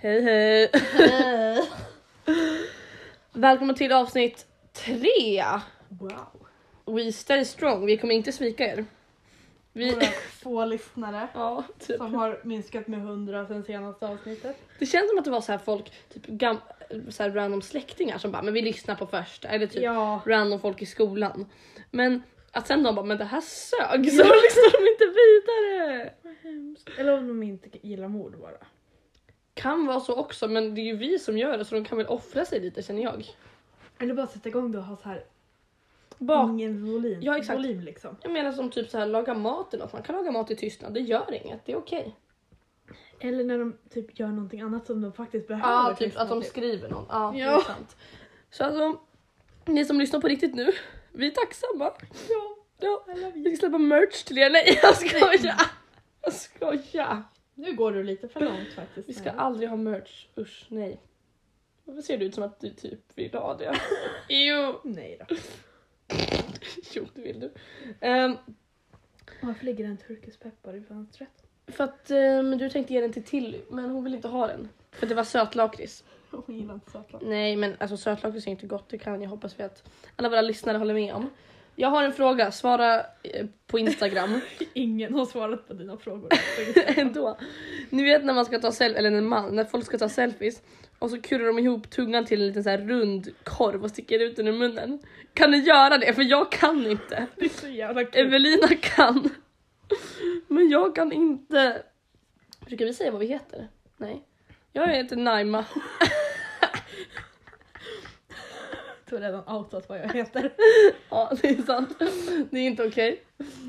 Hej hej. Välkommen till avsnitt 3. Wow. We stay strong. Vi kommer inte svika er. Våra få lyssnare Ja, typ. som har minskat med 100 sen senaste avsnittet. Det känns som att det var så här folk, typ så här random släktingar som bara, men vi lyssnar på första. Eller typ random folk i skolan. Men att sen de bara, men det här sög. Så lyssnar de inte vidare. Eller om de inte gillar mord bara. Kan vara så också, men det är ju vi som gör det, så de kan väl offra sig lite, känner jag. Eller bara sätta igång då och ha så här ingen volym. Ja, exakt. Volym liksom. Jag menar som typ så här laga mat eller något. Man kan laga mat i tystnad, det gör inget, det är okej. Eller när de typ gör någonting annat som de faktiskt behöver. Ja, typ att de skriver någon. Ja, det är sant. Så alltså, ni som lyssnar på riktigt nu, vi är tacksamma. Ja, vi ska släppa merch till er. Nej, jag skojar. Nu går du lite för långt faktiskt. Vi ska aldrig ha merch, usch, nej. Varför ser du ut som att du typ vill ha det? Jo. Nej då. Jo, det vill du. Varför ligger en turkispeppar i fönstret? För att du tänkte ge den till Tilly, men hon vill inte ha den. För det var sötlakrits. Hon gillar inte sötlakrits. Nej, men alltså sötlakrits är inte gott, det kan jag hoppas vi att alla våra lyssnare håller med om. Jag har en fråga, svara på Instagram. Ingen har svarat på dina frågor. Ändå. Ni vet när man ska ta när folk ska ta selfies och så kurrar de ihop tungan till en liten så här rund korv och sticker ut den ur munnen. Kan ni göra det? För jag kan inte. Det är så jävla kul. Evelina kan. Men jag kan inte. Brukar vi säga vad vi heter? Nej. Jag heter Naima. Jag tror redan outat vad jag heter. Ja, det är sant. Det är inte okej.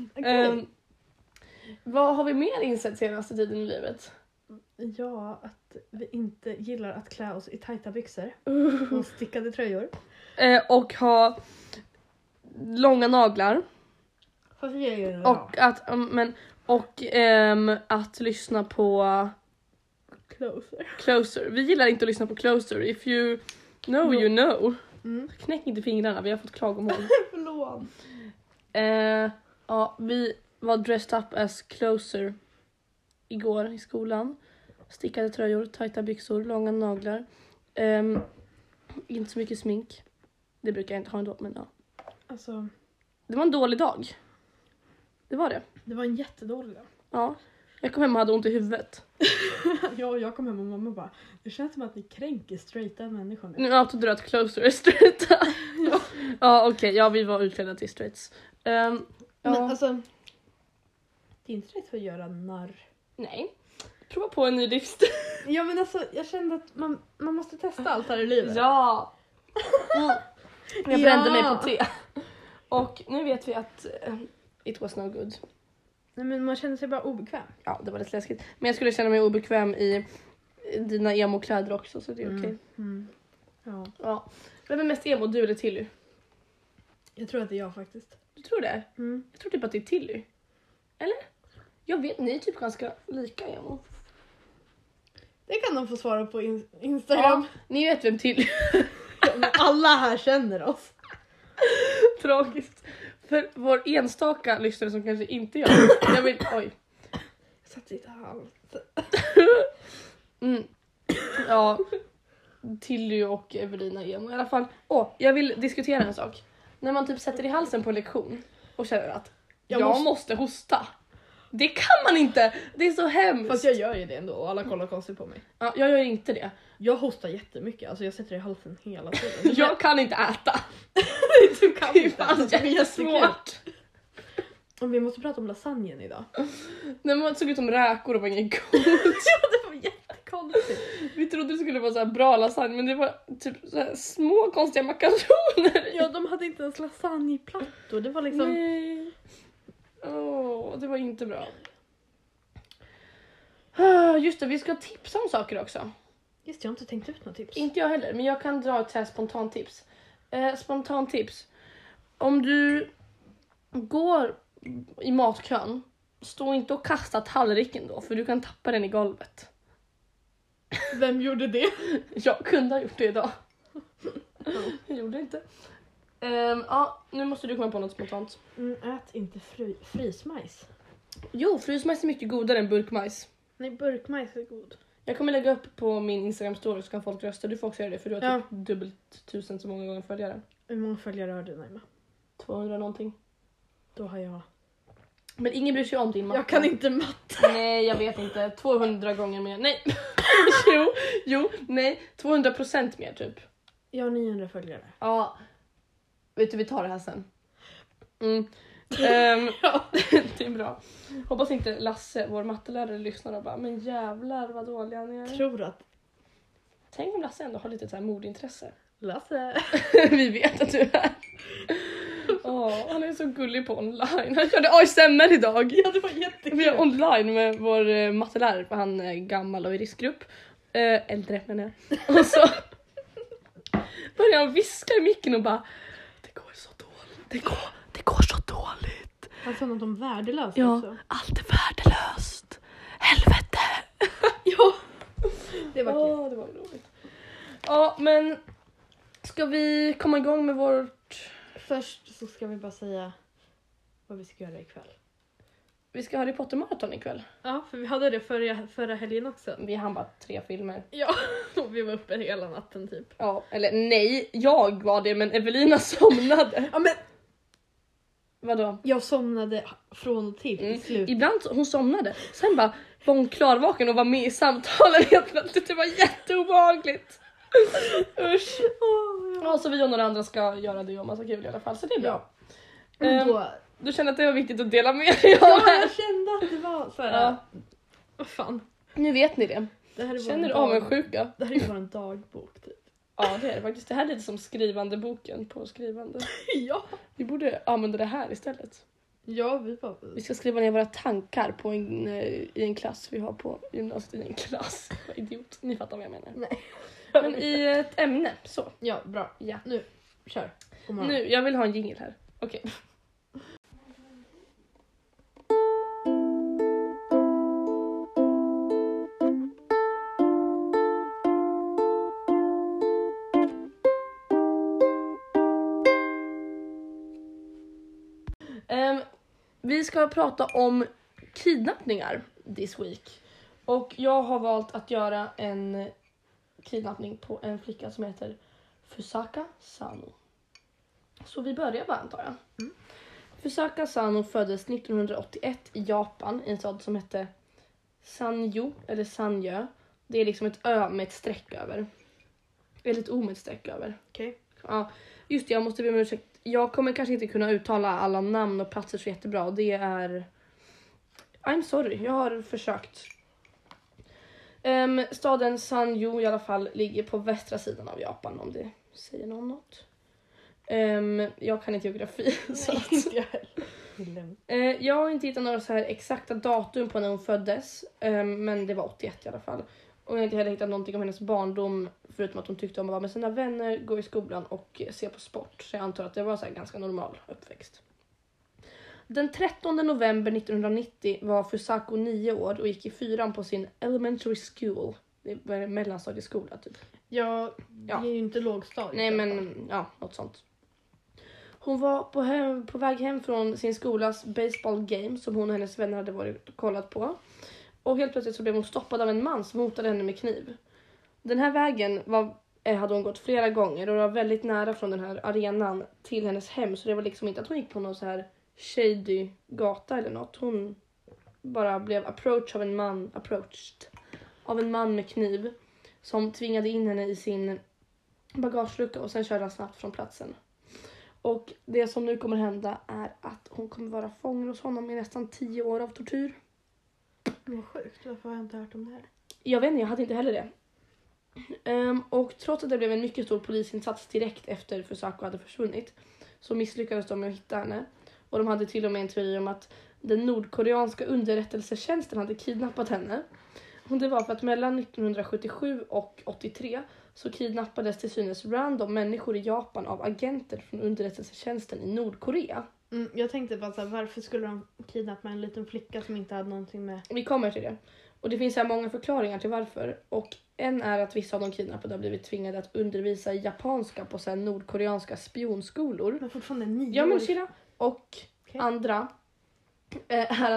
Vad har vi mer insett senaste tiden i livet? Ja, att vi inte gillar att klä oss i tajta byxor och stickade tröjor. Och ha långa naglar. Fast vi gör det Och att lyssna på Closer. Vi gillar inte att lyssna på Closer. If you know, you know. Knäck inte fingrarna, vi har fått klagomål. Förlåt. Ja, vi var dressed up as Closer igår i skolan. Stickade tröjor, tajta byxor, långa naglar. Inte så mycket smink. Det brukar jag inte ha ändå, men ja. Alltså, det var en dålig dag. Det var det. Det var en jättedålig dag. Ja. Jag kom hem och hade ont i huvudet. Ja, jag kom hem och mamma bara, det känns som att vi kränker straighta människor. Nu outade du att Closer är straighta. Ja, okej. Ja, vi var utklädda till straights. Men alltså, det är inte rätt för att göra narr. Nej. Prova på en ny livsstil. Ja, men alltså, jag kände att man måste testa allt här i livet. Ja. Jag brände mig på te. Och nu vet vi att it was no good. Nej, men man känner sig bara obekväm. Ja, det var lite läskigt. Men jag skulle känna mig obekväm i dina emo-kläder också, så det är okej. Ja. Vem är mest emo, du eller Tilly? Jag tror att det är jag faktiskt. Du tror det? Jag tror typ att det är Tilly. Eller? Jag vet, ni är typ ganska lika emo. Det kan de få svara på Instagram. Ja, ni vet vem Tilly. Alla här känner oss. Tragiskt. För vår enstaka lyssnare som kanske inte gör det. Jag vill, oj. Jag satt lite halvt. Ja. Tilly och Evelina emo. I alla fall. Jag vill diskutera en sak. När man typ sätter i halsen på en lektion och känner att jag måste hosta. Det kan man inte. Det är så hemskt. Fast jag gör ju det ändå och alla kollar konstigt på mig. Ja, jag gör inte det. Jag hostar jättemycket. Alltså jag sätter i halsen hela tiden. Jag kan inte äta. Du kan Det är inte. fan jättesvårt. Och vi måste prata om lasagnen idag. När man såg ut som räkor och var ingen god. Ja, det var jättekonstigt. Vi trodde det skulle vara så här bra lasagne, men det var typ så här små konstiga makaroner. Ja, de hade inte ens lasagneplattor. Det var liksom... Nej. Det var inte bra. Just det, vi ska tipsa om saker också. Just jag har inte tänkt ut något tips. Inte jag heller, men jag kan dra ett så här spontantips. Spontantips. Om du går i matkön, stå inte och kasta tallriken då, för du kan tappa den i golvet. Vem gjorde det? Jag kunde ha gjort det idag. Jag gjorde inte. Nu måste du komma på något spontant. Ät inte frysmajs. Jo, frysmajs är mycket godare än burkmajs. Nej, burkmajs är god. Jag kommer lägga upp på min Instagram-story så kan folk rösta. Du får också göra det för du har Ja. typ dubbelt 1000 så många gånger följare. Hur många följare har du, Naima? 200 någonting. Då har jag... Men ingen bryr sig om din matte. Jag kan inte matte. Nej, jag vet inte. 200 gånger mer. Nej. Nej. 200% mer typ. Jag har 900 följare. Ja. Vet du, vi tar det här sen. Ja. Det är bra. Hoppas inte Lasse, vår mattelärare, lyssnar och bara, men jävlar vad dåliga ni är. Tror att Tänk om Lasse ändå har lite så här modintresse. Lasse... Vi vet att du är. Han är så gullig på online. Han körde ASMR idag. Ja, det var jättekul. Vi är online med vår mattelärare för han är gammal och i riskgrupp. Äldre menar jag. Och så börjar han viska i micken och bara, det går så dåligt. Det går så dåligt. Han sa något om värdelöst Ja, också. allt är värdelöst. Helvete. Ja. Det var kul. Det var roligt. Ja, men ska vi komma igång med vårt... Först så ska vi bara säga vad vi ska göra ikväll. Vi ska ha Harry Potter-maraton ikväll. Ja, för vi hade det förra helgen också. Vi hann bara 3 filmer. Ja, och vi var uppe hela natten typ. Ja, eller nej, jag var det men Evelina somnade. Ja, men Vadå? jag somnade från och till i slut. Ibland hon somnade, sen bara var hon klarvaken och var med i samtalen helt plötsligt. Det var jätteobehagligt. Usch. Ja, så vi och några andra ska göra det och massa kul i alla fall, så det är bra. Du kände att det var viktigt att dela med dig av Ja, här. jag kände att det var så här. Ja. Vad fan. Nu vet ni det. Det här är Känner du vår avundsjuka? Det här är ju bara en dagbok typ. Ja, det är det faktiskt. Det här är lite som skrivande boken på skrivande. Ja. Vi borde använda det här istället. Ja, Vi ska skriva ner våra tankar på i en klass vi har på gymnasiet. I en klass. Vad idiot. Ni fattar vad jag menar. Nej. Men i ett ämne. Så. Ja, bra. Ja. Nu, kör. Nu, jag vill ha en jingle här. Okej. Vi ska prata om kidnappningar this week. Och jag har valt att göra en kidnappning på en flicka som heter Fusaka Sano. Så vi börjar bara, antar jag. Fusaka Sano föddes 1981 i Japan i en stad som hette Sanjo eller Sanjö. Det är liksom ett ö med ett streck över. Eller ett o med ett streck över. Okej. Ja, just det, jag måste be om ursäkt. Jag kommer kanske inte kunna uttala alla namn och platser så jättebra. Och det är... I'm sorry, jag har försökt. Staden Sanjo i alla fall ligger på västra sidan av Japan, om det säger någon något. Jag kan inte geografi. Så att, jag har inte hittat några så här exakta datum på när hon föddes. Men det var 81 i alla fall. Och jag har inte heller hittat någonting om hennes barndom. Förutom att hon tyckte om att vara med sina vänner, gå i skolan och se på sport. Så jag antar att det var så här ganska normal uppväxt. Den 13 november 1990 var Fusako 9 år och gick i 4:an på sin elementary school. Det var en mellanstadieskola typ. Ja, det är ju inte lågstadiet. Nej men ja, något sånt. Hon var på väg hem från sin skolas baseball game som hon och hennes vänner hade varit och kollat på. Och helt plötsligt så blev hon stoppad av en man som hotade henne med kniv. Den här vägen hade hon gått flera gånger och det var väldigt nära från den här arenan till hennes hem. Så det var liksom inte att hon gick på någon så här shady gata eller något. Hon bara blev approached av en man med kniv som tvingade in henne i sin bagagelucka och sen körde han snabbt från platsen. Och det som nu kommer hända är att hon kommer vara fången hos honom i nästan 10 år av tortyr. Vad sjukt, varför har jag inte hört om det här? Jag vet inte, jag hade inte heller det. Och trots att det blev en mycket stor polisinsats direkt efter Fusako hade försvunnit så misslyckades de med att hitta henne. Och de hade till och med en teori om att den nordkoreanska underrättelsetjänsten hade kidnappat henne. Och det var för att mellan 1977 och 83 så kidnappades till synes random människor i Japan av agenter från underrättelsetjänsten i Nordkorea. Jag tänkte bara så här, varför skulle de kidnappa en liten flicka som inte hade någonting med... Vi kommer till det. Och det finns här många förklaringar till varför. Och en är att vissa av de kidnappade har blivit tvingade att undervisa i japanska på så här nordkoreanska spionskolor. Men fortfarande 9 år. Ja men chilla. Och andra är att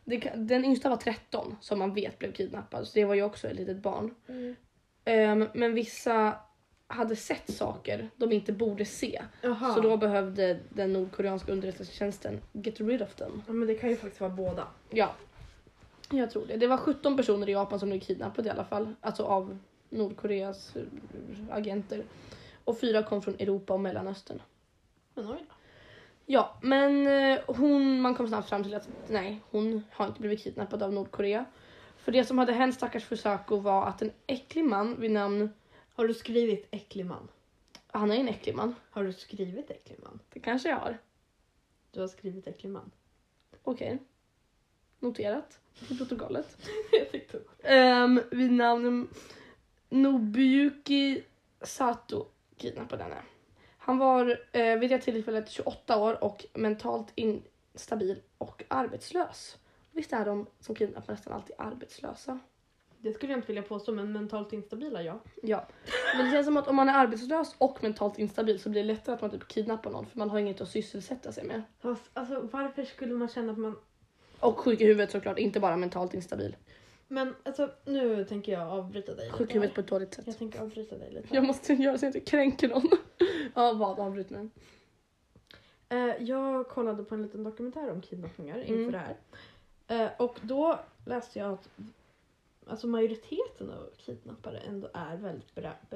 Den yngsta var 13 som man vet blev kidnappad. Så det var ju också ett litet barn. Men vissa hade sett saker de inte borde se. Aha. Så då behövde den nordkoreanska underrättelsetjänsten get rid of them. Ja, men det kan ju faktiskt vara båda. Ja, jag tror det. Det var 17 personer i Japan som blev kidnappade i alla fall. Alltså av Nordkoreas agenter. Och 4 kom från Europa och Mellanöstern. Men oj då. Ja, men man kom snabbt fram till att nej, hon har inte blivit kidnappad av Nordkorea. För det som hade hänt stackars Fusako var att en äcklig man vid namn... Har du skrivit äcklig man? Han är en äcklig man. Har du skrivit äcklig man? Det kanske jag har. Du har skrivit äcklig man. Okej. Noterat i protokollet. Jag tyckte Vid namn Nobuyuki Sato kidnappade henne. Han var vid det tillfället 28 år och mentalt instabil och arbetslös. Visst är de som kidnappar nästan alltid arbetslösa? Det skulle jag inte vilja påstå, men mentalt instabila, ja. Ja, men det känns som att om man är arbetslös och mentalt instabil så blir det lättare att man typ kidnappar någon för man har inget att sysselsätta sig med. Fast, alltså, varför skulle man känna att man... Och sjuk i huvudet såklart, inte bara mentalt instabil. Men alltså, nu tänker jag avbryta dig lite. Sjuk i huvudet på ett dåligt sätt. Jag tänker avbryta dig lite. Jag måste göra så att jag inte kränker någon. Ja, vad? Avbryt mig. Jag kollade på en liten dokumentär om kidnappningar inför det här. Och då läste jag att alltså majoriteten av kidnappare ändå är väldigt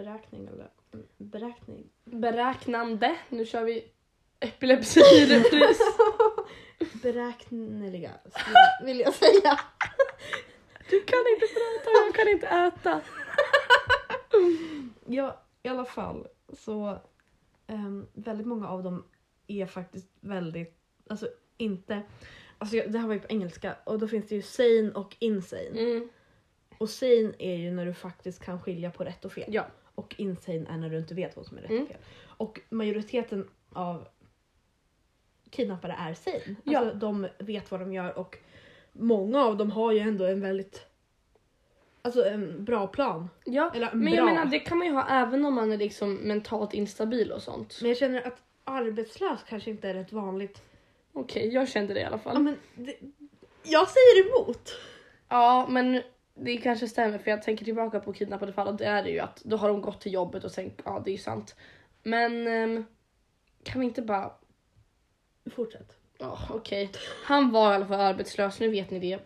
Beräknande. Nu kör vi epilepsi i repris. Beräkneliga, vill jag säga. Du kan inte prata, jag kan inte äta. Ja, i alla fall så väldigt många av dem är faktiskt väldigt, alltså inte, alltså det här var ju på engelska och då finns det ju sane och insane. Och sane är ju när du faktiskt kan skilja på rätt och fel. Ja. Och insane är när du inte vet vad som är rätt och fel. Och majoriteten av kidnappare är sane. Ja. Alltså de vet vad de gör och många av dem har ju ändå en väldigt, alltså en bra plan. Ja, Eller men jag bra. menar det kan man ju ha även om man är liksom mentalt instabil och sånt. Men jag känner att arbetslös kanske inte är rätt vanligt. Okej, jag kände det i alla Ja, fall. men jag säger emot. Ja, men det kanske stämmer för jag tänker tillbaka på kidnappade fall och det är det ju att då har de gått till jobbet och tänkt, ja det är ju sant. Men kan vi inte bara... Fortsätt. Ja, okej. Han var i alla fall arbetslös, nu vet ni det.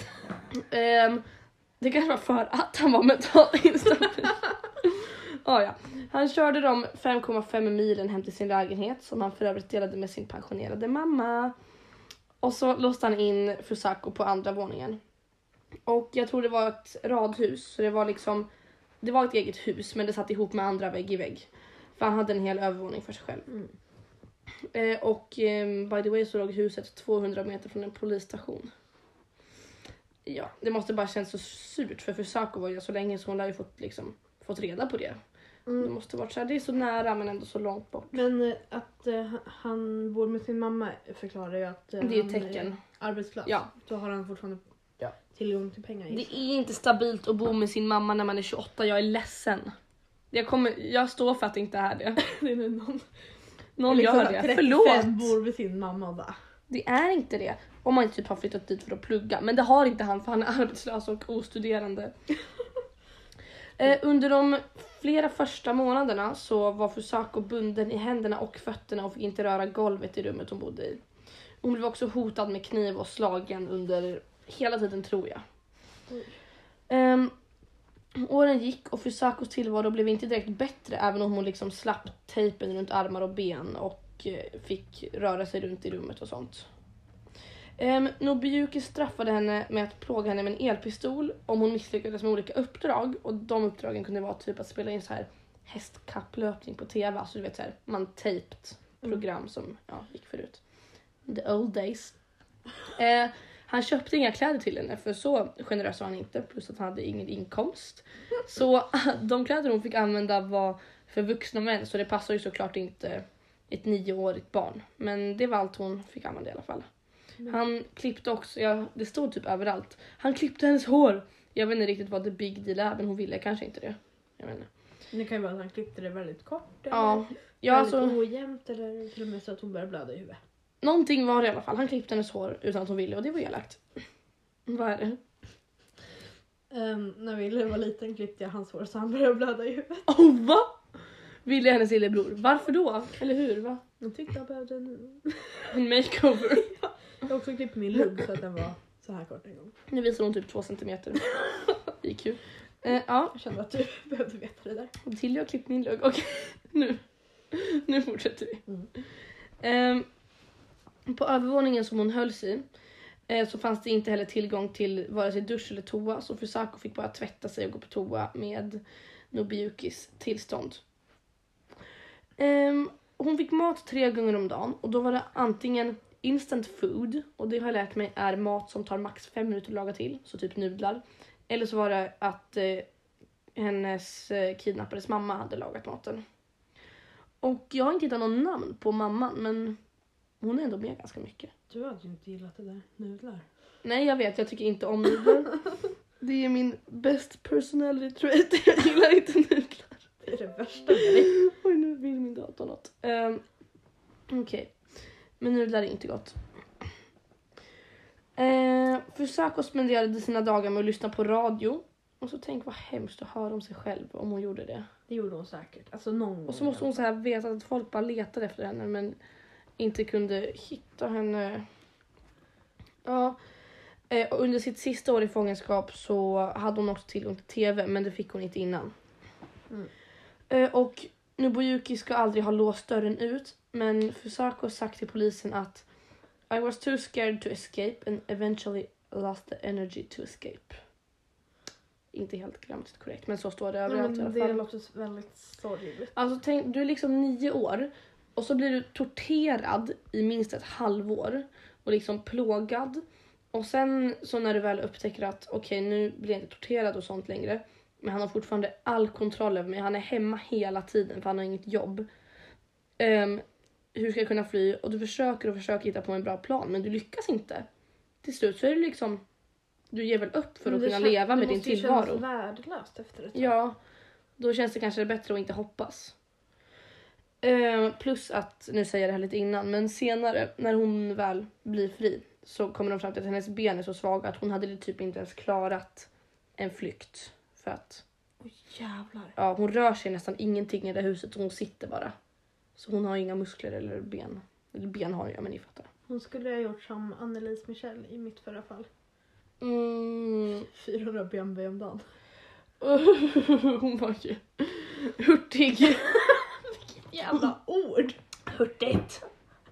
Det kanske var för att han var mentalt instabil. Ja. Han körde de 5,5 milen hem till sin lägenhet som han för övrigt delade med sin pensionerade mamma. Och så låste han in Fusako på andra våningen. Och jag tror det var ett radhus, så det var liksom, det var ett eget hus men det satt ihop med andra vägg i vägg. För han hade en hel övervåning för sig själv. Och by the way så låg huset 200 meter från en polisstation. Ja, det måste bara känns så surt för Fusako var ju så länge så hon har ju fått reda på det. Det måste varit så här, det är så nära men ändå så långt bort. Men att han bor med sin mamma förklarar ju att Det är han ett tecken. är arbetslös. Ja. Då har han fortfarande tillgång till pengar. Det är inte stabilt att bo med sin mamma när man är 28, jag är ledsen. Jag står för att det inte är det. Det är någon Någon gör det, förlåt. bor med sin mamma och bara... Det är inte det. Om man inte typ har flyttat dit för att plugga. Men det har inte han för han är arbetslös och ostuderande. Under de flera första månaderna så var Fusako bunden i händerna och fötterna och fick inte röra golvet i rummet hon bodde i. Hon blev också hotad med kniv och slagen under hela tiden tror jag. Åren gick och Fusakos tillvaro blev inte direkt bättre även om hon liksom slapp tejpen runt armar och ben och fick röra sig runt i rummet och sånt. Nobuyuki straffade henne med att plåga henne med en elpistol om hon misslyckades med olika uppdrag och de uppdragen kunde vara typ att spela in så här hästkapplöpning på tv, så du vet så här, man taped program som gick förut. The old days. Han köpte inga kläder till henne för så generös var han inte, plus att han hade ingen inkomst. Så de kläder hon fick använda var för vuxna män, så det passar ju såklart inte ett 9-årigt barn. Men det var allt hon fick använda i alla fall. Han klippte också, det stod typ överallt. Han klippte hennes hår. Jag vet inte riktigt vad the big deal är, men hon ville kanske inte det. Jag vet inte. Det kan ju vara att han klippte det väldigt kort. Ja, väldigt alltså, ojämnt eller till och med så att hon började blöda i huvudet. någonting var det i alla fall. Han klippte hennes hår utan att hon ville och det var elakt. Vad är det? När Wille var liten klippte jag hans hår så han började blöda i huvudet. Oh, va? Ville hennes lillebror. Varför då? Eller hur? Va? Jag tyckte han behövde En makeover. Jag har också klippt min lugg så att den var så här kort en gång. Nu visar hon typ 2 centimeter. IQ. Ja, Jag kände att du behövde veta det där. till jag klippt min lugg. Okej, nu fortsätter vi. På övervåningen som hon hölls i så fanns det inte heller tillgång till vare sig dusch eller toa. Så Fusako fick bara tvätta sig och gå på toa med Nobuyukis tillstånd. Hon fick mat 3 gånger om dagen. Och då var det antingen instant food. Och det har jag lärt mig är mat som tar max 5 minuter att laga till. Så typ nudlar. Eller så var det att hennes kidnappades mamma hade lagat maten. Och jag har inte hittat någon namn på mamman. Men hon är ändå med ganska mycket. Du hade ju inte gillat det där nudlar. Nej, jag vet. Jag tycker inte om nudlar. Det är min best personality trait. Jag gillar inte nudlar. Det är det värsta med dig. Oj, nu vill min dator något. Okej. Men nudlar är inte gott. Fusako spenderade sina dagar med att lyssna på radio. Och så tänk vad hemskt att höra om sig själv om hon gjorde det. Det gjorde hon säkert. Alltså någon gång. Och så måste hon så här veta att folk bara letade efter henne men inte kunde hitta henne. Ja. Och under sitt sista år i fångenskap så hade hon också tillgång till tv men det fick hon inte innan. Och Nobuyuki ska aldrig ha låst dörren ut men Fusako har sagt till polisen att I was too scared to escape and eventually lost the energy to escape. Inte helt grammatiskt korrekt men så står det överallt i alla fall. Det låter väldigt sorgligt. Alltså tänk, du är liksom 9 år och så blir du torterad i minst ett halvår och liksom plågad. Och sen så när du väl upptäcker att okej, nu blir jag inte torterad och sånt längre. Men han har fortfarande all kontroll över mig. Han är hemma hela tiden för han har inget jobb. Hur ska jag kunna fly? Och du försöker hitta på en bra plan men du lyckas inte. Till slut så är det liksom, du ger väl upp för att kunna leva med din tillvaro. Det måste ju kännas värdelöst efter ett tag. Ja, då känns det kanske bättre att inte hoppas. Plus att, nu säger jag det här lite innan, men senare när hon väl blir fri så kommer de fram till att hennes ben är så svaga att hon hade typ inte ens klarat en flykt. För att Jävlar. ja, hon rör sig nästan ingenting i det huset och hon sitter bara. Så hon har inga muskler eller ben. Eller ben har jag, men ni fattar. Hon skulle ha gjort som Annelise Michel i mitt förra fall. 400 BMW om dagen. Hon var ju hurtig. Vilket jävla ord. Hurtigt.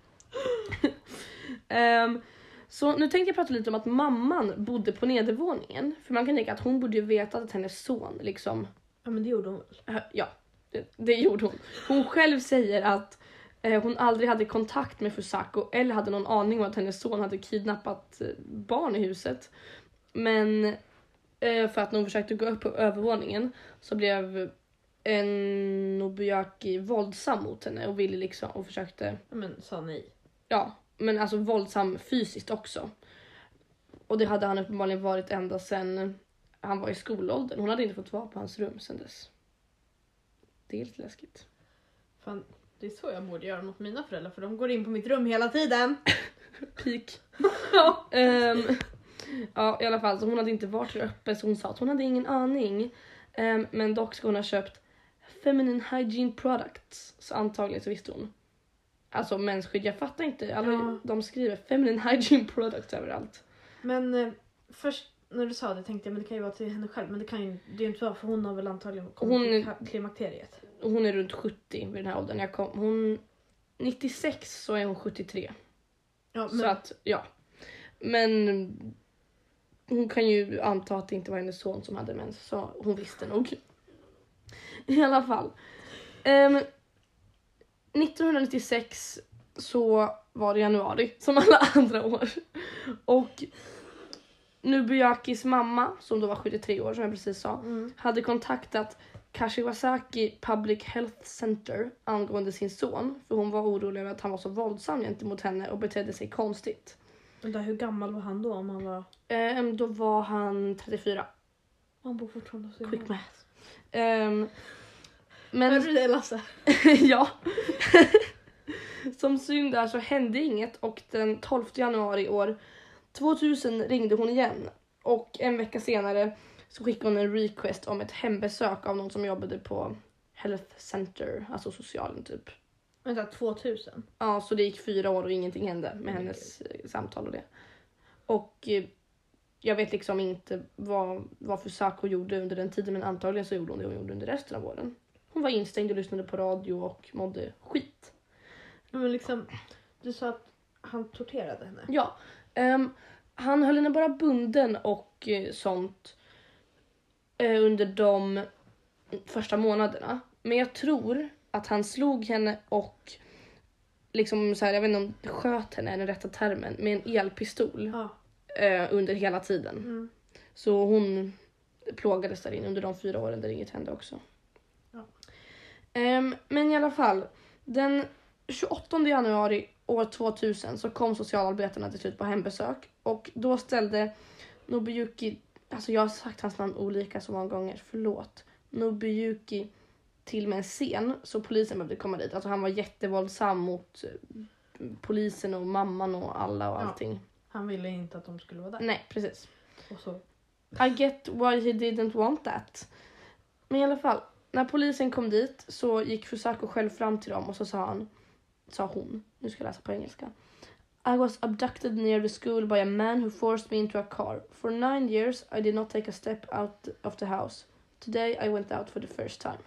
Så nu tänkte jag prata lite om att mamman bodde på nedervåningen. För man kan tänka att hon borde ju veta att hennes son liksom... Ja men det gjorde hon väl? Ja, det gjorde hon. Hon själv säger att hon aldrig hade kontakt med Fusako eller hade någon aning om att hennes son hade kidnappat barn i huset. Men för att när hon försökte gå upp på övervåningen så blev Nobuyuki våldsam mot henne och ville liksom och försökte... Ja, men sa nej. Ja, men alltså våldsam fysiskt också. Och det hade han uppenbarligen varit ända sedan han var i skolåldern. Hon hade inte fått vara på hans rum sedan dess. Det är lite läskigt. Fan, det är så jag borde göra mot mina föräldrar för de går in på mitt rum hela tiden. Peak. Ja, i alla fall. Så hon hade inte varit där uppe så hon sa att hon hade ingen aning. Men dock ska hon ha köpt feminine hygiene products. Så antagligen så visste hon. Alltså mensskydd, jag fattar inte. Alla, de skriver feminine hygiene products överallt. Men först när du sa det tänkte jag men det kan ju vara till henne själv. Men det kan ju det är inte vara för hon har väl antagligen kommit till klimakteriet. Hon är runt 70 vid den här åldern. Hon 96 så är hon 73. Ja, men... Så att, ja. Men hon kan ju anta att det inte var hennes son som hade mens. Så hon visste nog. I alla fall. 1996 så var det januari som alla andra år. Och Nobuyukis mamma, som då var 73 år som jag precis sa, hade kontaktat Kashiwazaki Public Health Center angående sin son. För hon var orolig över att han var så våldsam gentemot henne och betedde sig konstigt. Men hur gammal var han då om han var... Då var han 34. Han bor fortfarande hos Quick math. Men... Hörde du det, Lasse? Ja. Som synd där så hände inget och den 12 januari år 2000 ringde hon igen Och en vecka senare så skickade hon en request om ett hembesök av någon som jobbade på Health Center, alltså socialen typ. Vänta, 2000? Ja, så det gick 4 år och ingenting hände med hennes samtal och det. Och jag vet liksom inte vad Fusako gjorde under den tiden, men antagligen så gjorde hon det hon gjorde under resten av åren. Hon var instängd och lyssnade på radio och mådde skit. Men liksom, du sa att han torterade henne. Ja, han höll henne bara bunden och sånt under de första månaderna. Men jag tror att han slog henne och liksom så här, jag vet inte om sköt henne är den rätta termen, med en elpistol under hela tiden. Mm. Så hon plågades där inne under de 4 åren där inget hände också. Ja. Men i alla fall, den 28 januari år 2000 så kom socialarbetarna till slut på hembesök. Och då ställde Nobuyuki, alltså jag har sagt hans namn olika så många gånger, förlåt. Nobuyuki till med en scen så polisen behövde komma dit. Alltså han var jättevåldsam mot polisen och mamman och alla och allting. Ja. Han ville inte att de skulle vara där. Nej, precis. Och så. I get why he didn't want that. Men i alla fall, när polisen kom dit så gick Fusako själv fram till dem och så sa hon, nu ska jag läsa på engelska. I was abducted near the school by a man who forced me into a car. For 9 years I did not take a step out of the house. Today I went out for the first time.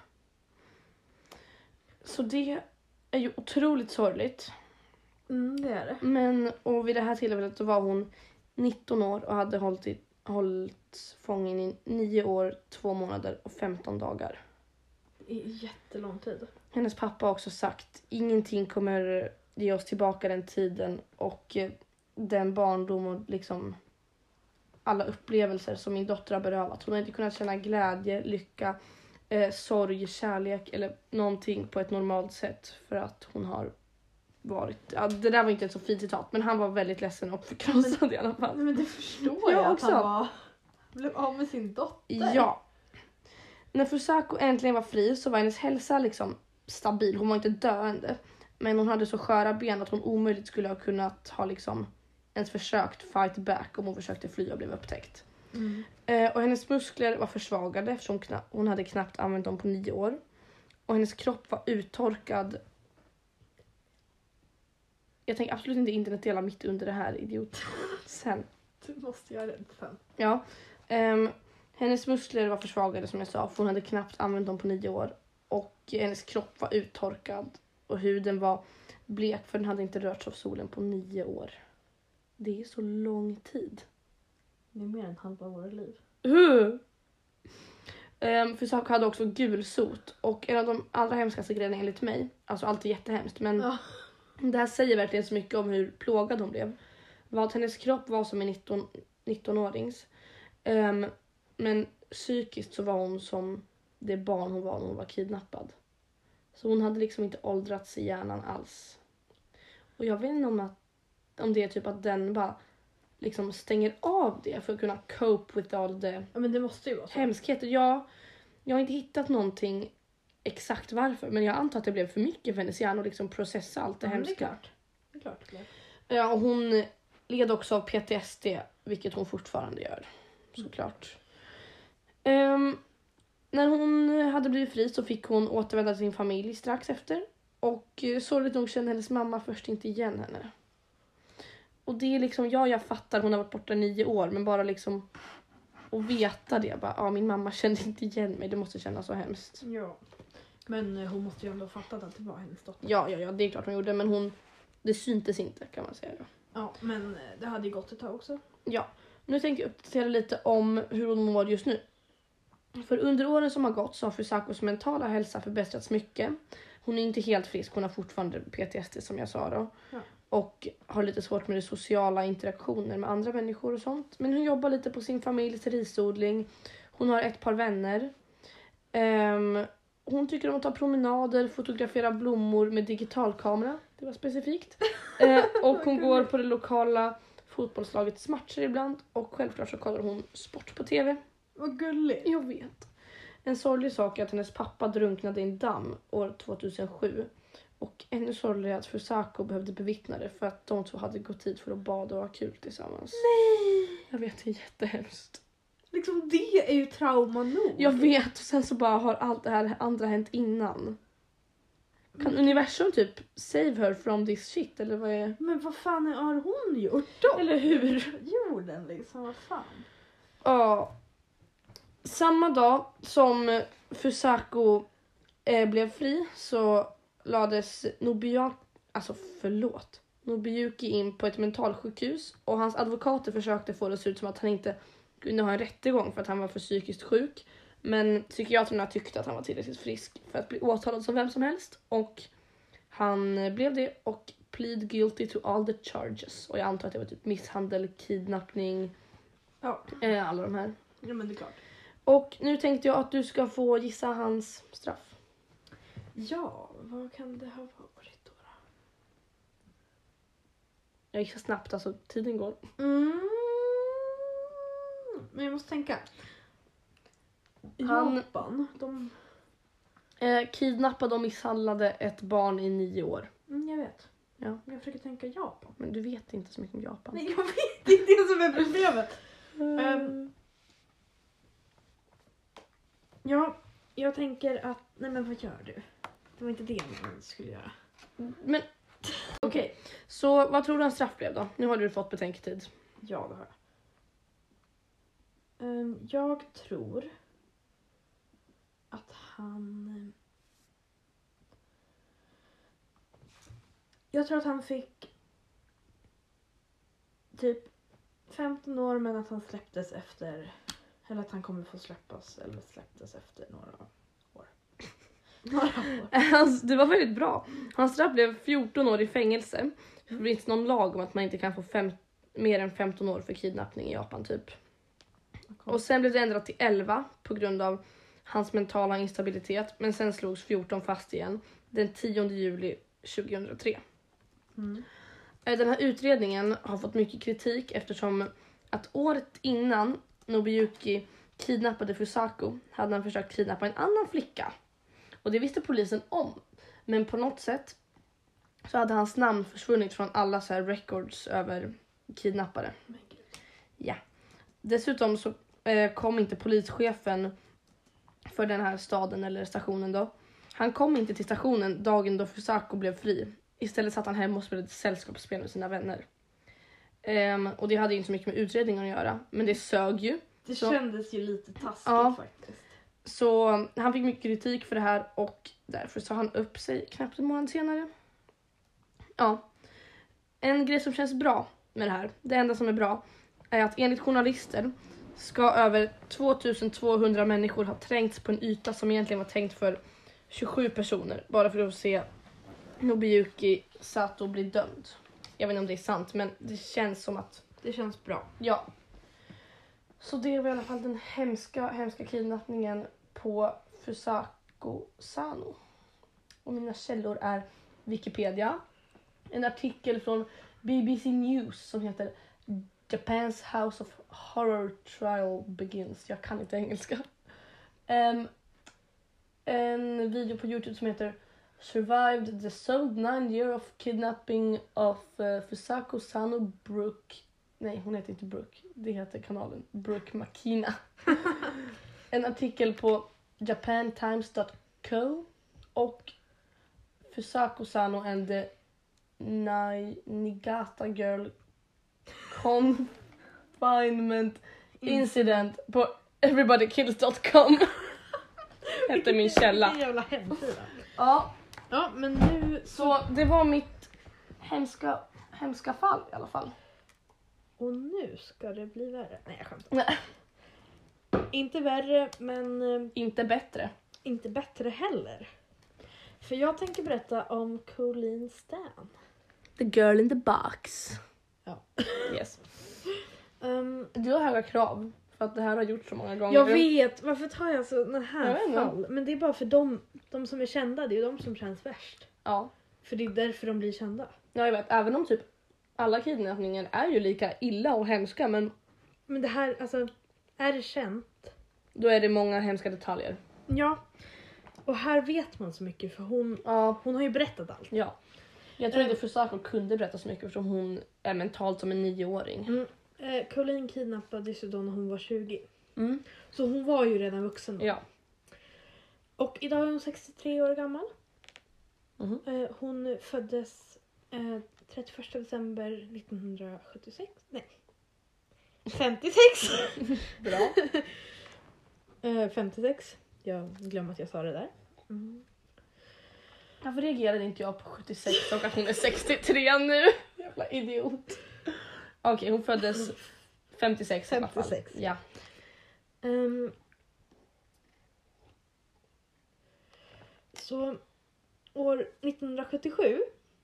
Så det är ju otroligt sorgligt. Det är det. Men och vid det här tillfället så var hon 19 år och hade hållits fången i 9 år, 2 månader och 15 dagar. I jättelång tid. Hennes pappa har också sagt ingenting kommer ge oss tillbaka den tiden och den barndom och liksom alla upplevelser som min dotter har berövat. Hon har inte kunnat känna glädje, lycka, sorg, kärlek eller någonting på ett normalt sätt för att hon har varit... Ja, det där var inte ett så fint citat, men han var väldigt ledsen och förkrossad i alla fall. Men det förstår jag också. Att han blev av med sin dotter. Ja. När Fusako äntligen var fri så var hennes hälsa liksom stabil. Hon var inte döende. Men hon hade så sköra ben att hon omöjligt skulle ha kunnat ha liksom ens försökt fight back om hon försökte fly och blev upptäckt. Mm. Och hennes muskler var försvagade eftersom hon hade knappt använt dem på 9 år. Och hennes kropp var uttorkad. Jag tänker absolut inte internet dela mitt under det här, idiot. Sen. Du måste göra det sen. Ja. Hennes muskler var försvagade som jag sa, för hon hade knappt använt dem på 9 år. Och hennes kropp var uttorkad och huden var blek för den hade inte rört sig av solen på 9 år. Det är så lång tid. Det är mer än halva våra liv. Fusako hade också gulsot och en av de allra hemskaste grejerna enligt mig, alltså allt är jättehemskt, men det här säger verkligen så mycket om hur plågad hon blev, var att hennes kropp var som en 19-årings. Men psykiskt så var hon som det barn hon var när hon var kidnappad. Så hon hade liksom inte åldrats i hjärnan alls. Och jag vet inte om det är typ att den bara liksom stänger av det för att kunna cope with all the men det måste ju vara så. Hemskheter. Jag har inte hittat någonting exakt varför, men jag antar att det blev för mycket för hennes hjärna att liksom processa allt det hemska. Det är klart. Ja, och hon led också av PTSD, vilket hon fortfarande gör. Såklart. När hon hade blivit fri så fick hon återvända till sin familj strax efter. Och sorgligt nog kände hennes mamma först inte igen henne. Och det är liksom, jag fattar, hon har varit borta 9 år, men bara liksom att veta det. Bara, min mamma kände inte igen mig, det måste kännas så hemskt. Ja, men hon måste ju ändå fattat att det var hennes dotter. Ja, det är klart hon gjorde, men det syntes inte kan man säga då. Ja, men det hade ju gått ett tag också. Ja, nu tänker jag uppdatera lite om hur hon mår just nu. För under åren som har gått så har Fusakos mentala hälsa förbättrats mycket. Hon är inte helt frisk, hon har fortfarande PTSD som jag sa då. Ja. Och har lite svårt med det sociala interaktioner med andra människor och sånt. Men hon jobbar lite på sin familjs risodling. Hon har ett par vänner. Hon tycker om att ta promenader, fotografera blommor med digitalkamera. Det var specifikt. Och hon går på det lokala fotbollslagets matcher ibland. Och självklart så kollar hon sport på tv. Vad gulligt. Jag vet. En sorglig sak är att hennes pappa drunknade i en damm år 2007. Och ännu sorgligare att Fusako behövde bevittna det för att de två hade gått hit för att bada och ha kul tillsammans. Nej! Jag vet, det är jättehemskt. Liksom det är ju trauma nog. Jag vet, och sen så bara har allt det här andra hänt innan. Kan universum typ save her from this shit, eller vad är... Men vad fan har hon gjort då? Eller hur? Jorden liksom, vad fan. Ja. Samma dag som Fusako blev fri så lades Nobuyuki in på ett mentalsjukhus och hans advokater försökte få det att se ut som att han inte kunde ha en rättegång för att han var för psykiskt sjuk. Men psykiatrerna tyckte att han var tillräckligt frisk för att bli åtalad som vem som helst. Och han blev det och plead guilty to all the charges. Och jag antar att det var typ misshandel, kidnappning, Ja. alla de här. Ja, men det är klart. Och nu tänkte jag att du ska få gissa hans straff. Ja, vad kan det ha varit då? Jag gissar snabbt, alltså tiden går. Men jag måste tänka. Han- Japan, de... Kidnappade och misshandlade ett barn i 9 år. Jag vet. Ja. Jag försöker tänka Japan. Men du vet inte så mycket om Japan. Nej, jag vet. Det är det som är problemet. Ja, jag tänker att... Nej, men vad gör du? Det var inte det man skulle göra. Men okej, så vad tror du hans straff blev då? Nu har du fått betänketid. Ja, det har jag. Jag tror att han... Jag tror att han fick typ 15 år, men att han släpptes efter... Eller att han kommer få släppas eller släpptes efter några år. Alltså, det var väldigt bra. Hans straff blev 14 år i fängelse. Det finns inte någon lag om att man inte kan få mer än 15 år för kidnappning i Japan typ. Och sen blev det ändrat till 11 på grund av hans mentala instabilitet. Men sen slogs 14 fast igen den 10 juli 2003. Den här utredningen har fått mycket kritik eftersom att året innan Nobuyuki kidnappade Fusako hade han försökt kidnappa en annan flicka. Och det visste polisen om. Men på något sätt så hade hans namn försvunnit från alla så här records över kidnappare. Ja. Dessutom så kom inte polischefen för den här staden eller stationen då. Han kom inte till stationen dagen då Fusako blev fri. Istället satt han hemma och spelade sällskapsspel med sina vänner. Och det hade ju inte så mycket med utredningen att göra. Men det sög ju. Det så kändes ju lite taskigt faktiskt. Så han fick mycket kritik för det här och därför sa han upp sig knappt en månad senare. Ja. En grej som känns bra med det här, det enda som är bra, är att enligt journalister ska över 2200 människor ha trängts på en yta som egentligen var tänkt för 27 personer. Bara för att se Nobuyuki Sato bli dömd. Jag vet inte om det är sant, men det känns som att... Det känns bra. Ja. Så det var i alla fall den hemska kidnappningen på Fusako Sano. Och mina källor är Wikipedia. En artikel från BBC News som heter Japan's House of Horror Trial Begins. Jag kan inte engelska. En video på YouTube som heter Survived the sold 9 year of kidnapping of Fusako Sano Brooke. Nej, hon heter inte Brooke. Det heter kanalen Brooke Makina. En artikel på japantimes.co och Fusako Sano and the Niigata Girl Confinement Incident på everybodykills.com. Hette min källa. Vilken jävla hemsida. Ja, Ja, men nu... så det var mitt hemska fall i alla fall. Och nu ska det bli värre. Nej, jag skämtar. Nej. Inte värre, men Inte bättre. inte bättre heller. För jag tänker berätta om Colleen Stan. The girl in the box. Ja. Yes. Du har höga krav för att det här har gjort så många gånger. Jag vet, varför tar jag sådana Jag här vet inte. fall? Men det är bara för de som är kända, det är de som känns värst. Ja. För det är därför de blir kända. Ja, jag vet. Även om typ alla kidnappningar är ju lika illa och hemska, men Men det här, alltså, är det känt? då är det många hemska detaljer. Ja. Och här vet man så mycket för hon har ju berättat allt. Ja. Jag tror inte Fusako kunde berätta så mycket eftersom hon är mentalt som en 9-åring. Colleen kidnappades ju då när hon var 20. Mm. Så hon var ju redan vuxen då. Ja. Och idag är hon 63 år gammal. Mm. Hon föddes 31 december 1976. Nej. 56. Bra. 56. Jag glömde att jag sa det där. Mm. Varför reagerade inte jag på 76 och att hon är 63 nu? Jävla idiot. Okej, hon föddes 56 i alla fall. 56. Ja. Så år 1977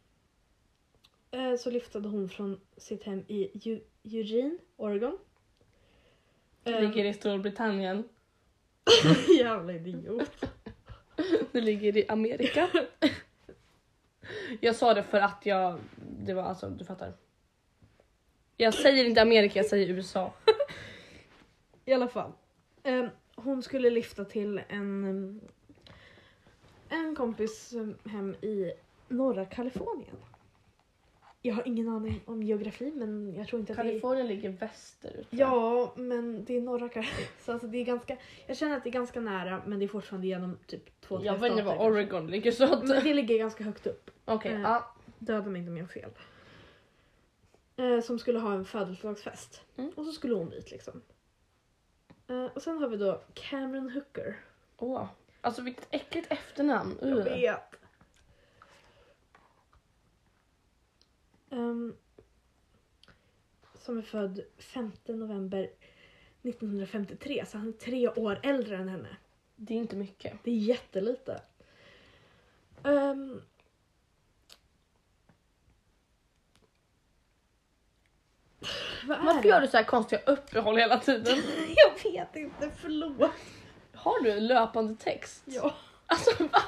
så lyftade hon från sitt hem i Eugene, Oregon. Det ligger i Storbritannien. Jävla idiot. Det ligger i Amerika. Jag sa det för att det var alltså, du fattar. Jag säger inte Amerika, jag säger USA. I alla fall. Hon skulle lyfta till en kompis hem i norra Kalifornien. Jag har ingen aning om geografi, men jag tror inte att Kalifornien ligger västerut. Ja, men det är norra Kalifornien. Så alltså det är ganska... Jag känner att det är ganska nära, men det är fortfarande genom typ 2-3 stater. Jag vet inte var Oregon ligger så att... Men det ligger ganska högt upp. Okej, Döda mig inte om jag har fel. Som skulle ha en födelsedagsfest. Och så skulle hon dit liksom. Och sen har vi då Cameron Hooker. Alltså vilket äckligt efternamn. Jag vet. Som är född 5 november 1953. Så han är 3 år äldre än henne. Det är inte mycket. Det är jättelite. Varför gör du så här konstiga uppehåll hela tiden? Jag vet inte, förlåt. Har du en löpande text? Ja. Alltså va?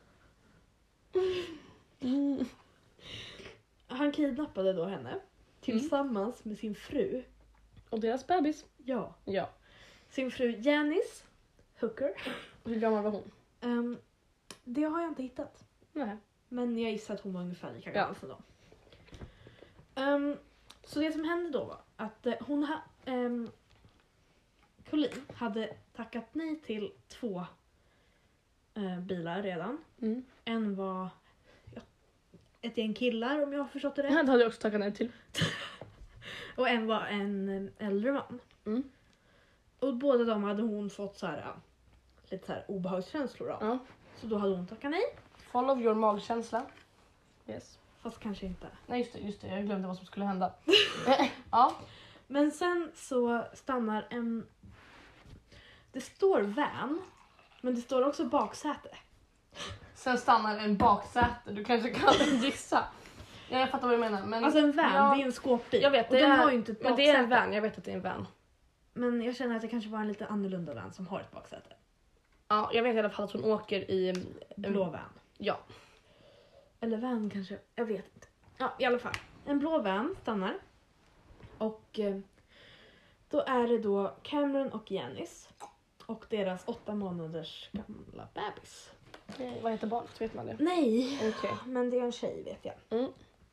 Han kidnappade då henne tillsammans med sin fru. Och deras bebis? Ja. Ja. Sin fru Janice Hooker. Hur gammal var hon? Det har jag inte hittat. Nej. Men jag gissar att hon var ungefär lika gammal som dem. Så det som hände då var att Colleen hade tackat nej till 2 bilar redan. En var ett gäng killar, om jag har förstått det rätt. Det hade jag också tackat nej till. Och en var en äldre man. Och båda de hade hon fått så här lite så här obehagskänslor av. Ja. Så då hade hon tackat nej. Follow your magkänsla. Yes. Fast kanske inte. Nej just det. Jag glömde vad som skulle hända. Ja. Men sen så stannar det står van, men det står också baksäte. Sen stannar en baksäte. Du kanske kan gissa. Ja, jag fattar vad du menar. Men Alltså en van, det är en skåpbil. Jag vet, och den har ju inte ett men baksäte. det är en van, jag vet att det är en van. Men jag känner att det kanske var en lite annorlunda van som har ett baksäte. Ja, jag vet i alla fall att hon åker i en blå van. Ja. Eller van kanske, jag vet inte. Ja, i alla fall. En blå van stannar. Och då är det då Cameron och Janice. Och deras 8 månaders gamla bebis. Vad heter barnet? Vet man det? Nej, Okej. men det är en tjej vet jag.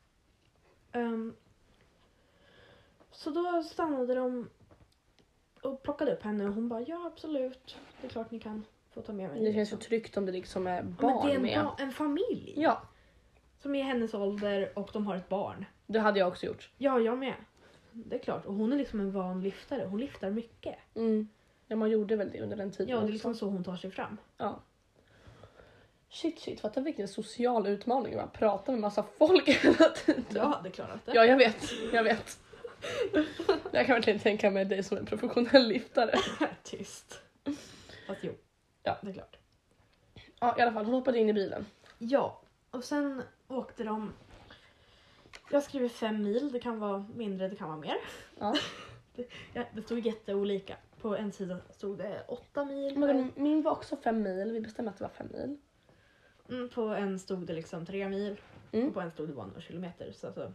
Så då stannade de och plockade upp henne och hon bara, ja absolut, det är klart ni kan få ta med mig. Det känns så tryggt om det liksom är barn men det är med. en familj. Ja, Som är hennes ålder och de har ett barn. det hade jag också gjort. Ja, jag med. Det är klart. Och hon är liksom en van lyftare. Hon lyftar mycket. Ja, man gjorde väl det under den tiden. Ja, det är också. liksom så hon tar sig fram. Ja. Shit, fatta vilken social utmaning att prata med massa folk hela tiden. Jag hade klarat det. Ja, jag vet. Jag kan verkligen tänka mig dig som en professionell lyftare. Tyst. Fast jo. Ja. Det är klart. Ja, i alla fall, hon hoppade in i bilen. Ja, och sen åkte de... Jag skrev 5 mil. Det kan vara mindre, det kan vara mer. Ja. Det stod jätteolika. På en sida stod det 8 mil. Men min var också 5 mil. Vi bestämde att det var 5 mil. På en stod det liksom 3 mil. Och på en stod det var några kilometer. Så alltså.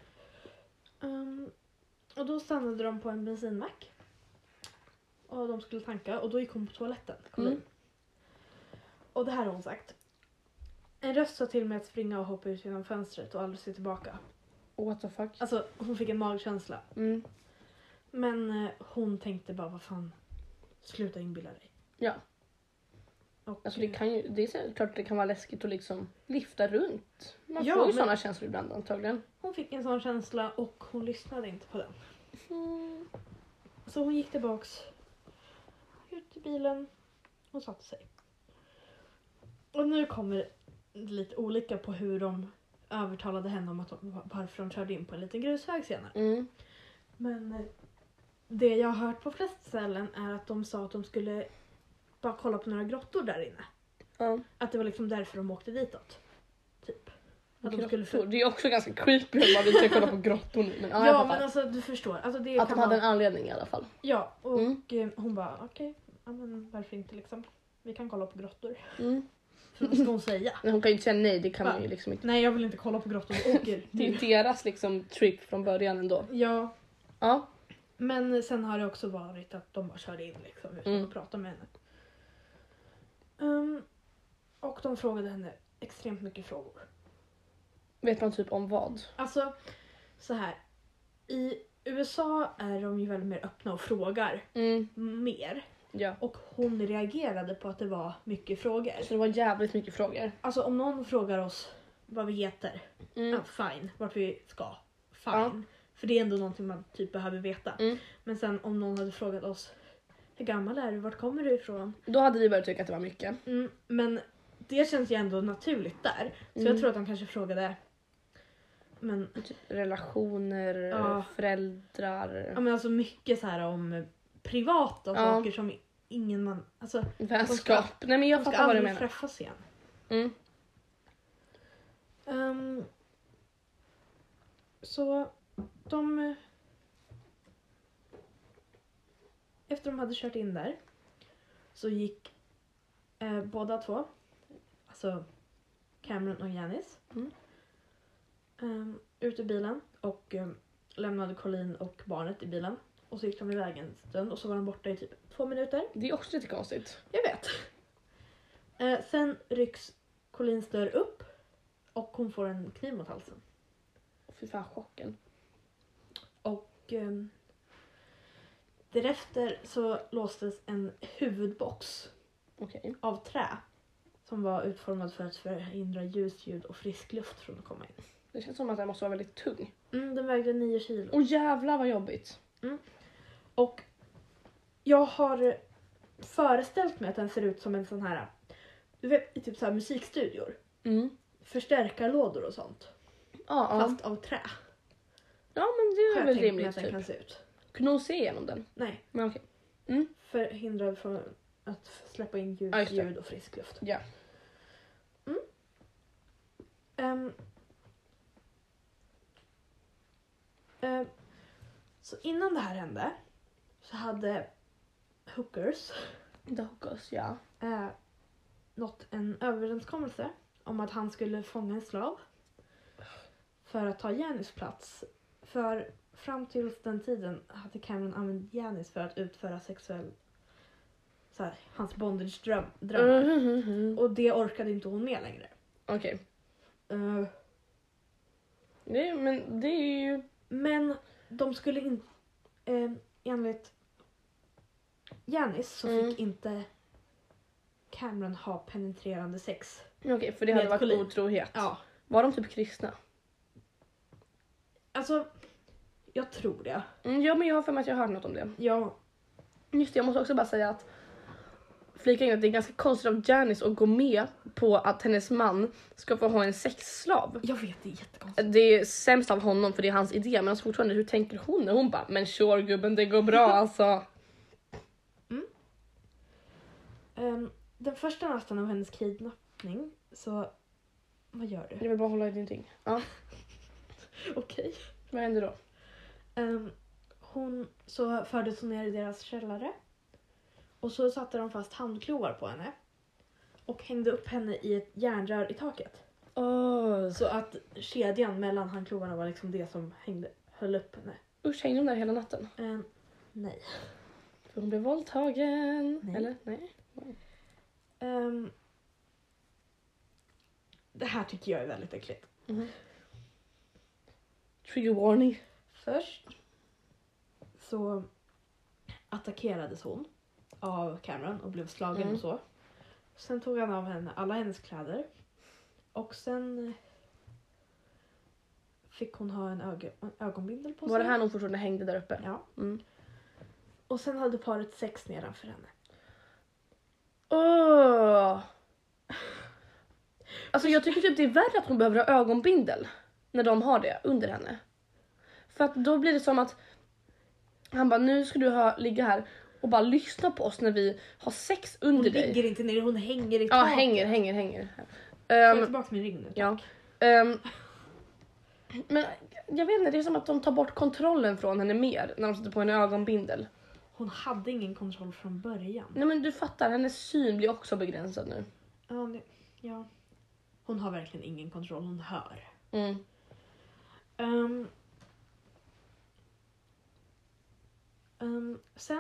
Och då stannade de på en bensinmack. Och de skulle tanka. Och då gick hon på toaletten. Och det här har hon sagt. En röst sa till mig att springa och hoppa ut genom fönstret och aldrig se tillbaka. What the fuck? Alltså hon fick en magkänsla. Mm. Men hon tänkte bara, vad fan, sluta inbilla dig. Ja. Och, Alltså det är klart att det kan vara läskigt att liksom lyfta runt. Man Ja, får ju men- sådana känslor ibland antagligen. hon fick en sån känsla och hon lyssnade inte på den. Mm. Så hon gick tillbaks ut i bilen och satte sig. Och nu kommer det lite olika på hur de övertalade henne om att varför de körde in på en liten grusväg senare. Mm. Men det jag har hört på flest ställen är att de sa att de skulle bara kolla på några grottor där inne. Ja. Att det var liksom därför de åkte ditåt. Typ. Att de Grottor. skulle Det är också ganska creepy om man vill ska kolla på grottor nu. Men, Ja, men alltså du förstår. Alltså, det att kan de hade en vara... anledning i alla fall. Ja, och Mm. hon bara okej, ja, men varför inte liksom. Vi kan kolla på grottor. Mm. För vad ska hon säga? Men hon kan ju inte säga nej, det kan Va? man ju liksom inte. Nej, jag vill inte kolla på grottor. Vi åker Det är nu. ju deras liksom trip från början ändå. Ja, Ja. men sen har det också varit att de bara körde in liksom utan att prata med henne. Och de frågade henne extremt mycket frågor. Vet man typ om vad? Alltså, så här. I USA är de ju väldigt mer öppna och frågar Mm. mer. Ja. Och hon reagerade på att det var mycket frågor. Så det var jävligt mycket frågor. Alltså om någon frågar oss vad vi heter, Mm. ja, fine. Vart vi ska, fine. Ja. För det är ändå någonting man typ behöver veta. Mm. Men sen om någon hade frågat oss, hur gammal är du, vart kommer du ifrån? Då hade vi börjat tycka att det var mycket. Men det känns ju ändå naturligt där. Så jag tror att de kanske frågade, men, Typ relationer, Ja. föräldrar, ja, men alltså mycket så här om privata saker som ingen man, alltså vänskap. Nej men jag de ska fattar vad du aldrig menar. träffas igen. Mm. Så de... Efter de hade kört in där så gick båda två, alltså Cameron och Janice, ut ur bilen och lämnade Colleen och barnet i bilen. Och så gick de iväg en stund och så var de borta i typ 2 minuter. Det är också lite konstigt. Jag vet. Sen rycks Colleens dörr upp och hon får en kniv mot halsen. Fy fan, chocken. Och därefter så låstes en huvudbox Okej. av trä som var utformad för att förhindra ljus, ljud och frisk luft från att komma in. Det känns som att den måste vara väldigt tung. Den vägde 9 kilo. Åh jävlar vad jobbigt. Och jag har föreställt mig att den ser ut som en sån här, du vet i typ så här musikstudior. Förstärkarlådor och sånt. Ja, Fast av trä. ja men det Har är jag väl tänkt mig rimligt att den typ. kan se ut. Kunde hon se igenom den? Nej, Men okej. förhindra från att släppa in ljus, Ja, just det. ljud och frisk luft. Ja. Så innan det här hände så hade hookers Dockos, ja. nått en överenskommelse om att han skulle fånga en slav för att ta Janice plats. För fram till den tiden hade Cameron använt Janice för att utföra sexuell, så här, hans bondage-drömmar. Och det orkade inte hon med längre. Okej. Eh, Men det är ju... Men de skulle inte, enligt Janice så fick inte Cameron ha penetrerande sex. Okej, för det hade Med varit Colleen. otrohet. Ja. Var de typ kristna? Alltså, jag tror det. Ja men jag har för mig att jag har hört något om det. Ja, Just det, jag måste också bara säga att flika in att det är ganska konstigt av Janice att gå med på att hennes man ska få ha en sexslav. jag vet, det är jättekonstigt. Det är sämst av honom för det är hans idé, men alltså fortfarande hur tänker hon? Och hon bara, men sure gubben det går bra alltså. Den första natten av hennes kidnappning så, vad gör du? Jag vill bara hålla i din ting. Ja, Okej. vad händer då? Hon så fördes hon ner i deras källare. Och så satte de fast handklovar på henne. Och hängde upp henne i ett järnrör i taket. Så att kedjan mellan handklovarna var liksom det som höll upp henne. Usch, hängde hon där hela natten? Nej. För hon blev våldtagen. Nej. Eller? Nej. Det här tycker jag är väldigt äckligt. Trigger warning. Först så attackerades hon av Cameron och blev slagen och så. Sen tog han av henne alla hennes kläder. Och sen fick hon ha en ögonbindel på sig. Var det här någon fortfarande hängde där uppe? Ja. Mm. Och sen hade paret sex nedanför henne. Alltså jag tycker typ det är värre att hon behöver ha ögonbindel när de har det under henne. För att då blir det som att han bara, nu ska du ligga här och bara lyssna på oss när vi har sex under dig. Hon ligger inte ner, hon hänger i Ja, taket. hänger. Ta tillbaka min ring nu, tack. Ja. Men jag vet inte, det är som att de tar bort kontrollen från henne mer när de sätter på en ögonbindel. Hon hade ingen kontroll från början. Nej men du fattar, hennes syn blir också begränsad nu. Ja. Hon har verkligen ingen kontroll, hon hör. Sen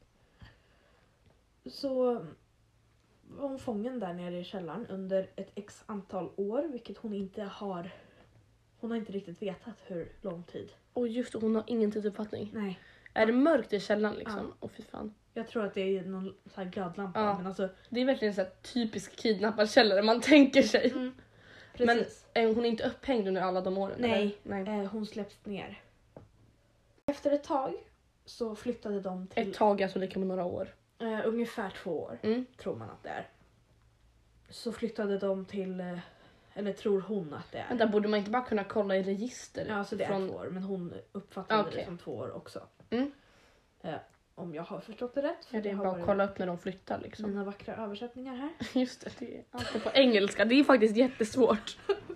så var hon fången där nere i källaren under ett x antal år, vilket hon inte har. Hon har inte riktigt vetat hur lång tid. Och just det, hon har ingen tidsuppfattning. Nej. Är det mörkt i källaren liksom? Ja. Åh fy fan. Jag tror att det är någon så här glödlampa. Ja. Men alltså, Det är verkligen så här typisk kidnapparkällare man tänker sig. precis. Men hon är inte upphängd under alla de åren? Nej, eller? Nej. Hon släpps ner. Efter ett tag så flyttade de till Ett tag, alltså lika med några år. ungefär 2 år. Tror man att det är. Så flyttade de till, eller tror hon att det är. Vänta, borde man inte bara kunna kolla i register? Ja, så det är 2 år. Men hon uppfattade det som 2 år också. Om jag har förstått det rätt. Ja, det är bara att kolla upp när de flyttar liksom. Mina vackra översättningar här. Just det, det är alltid på engelska. Det är faktiskt jättesvårt.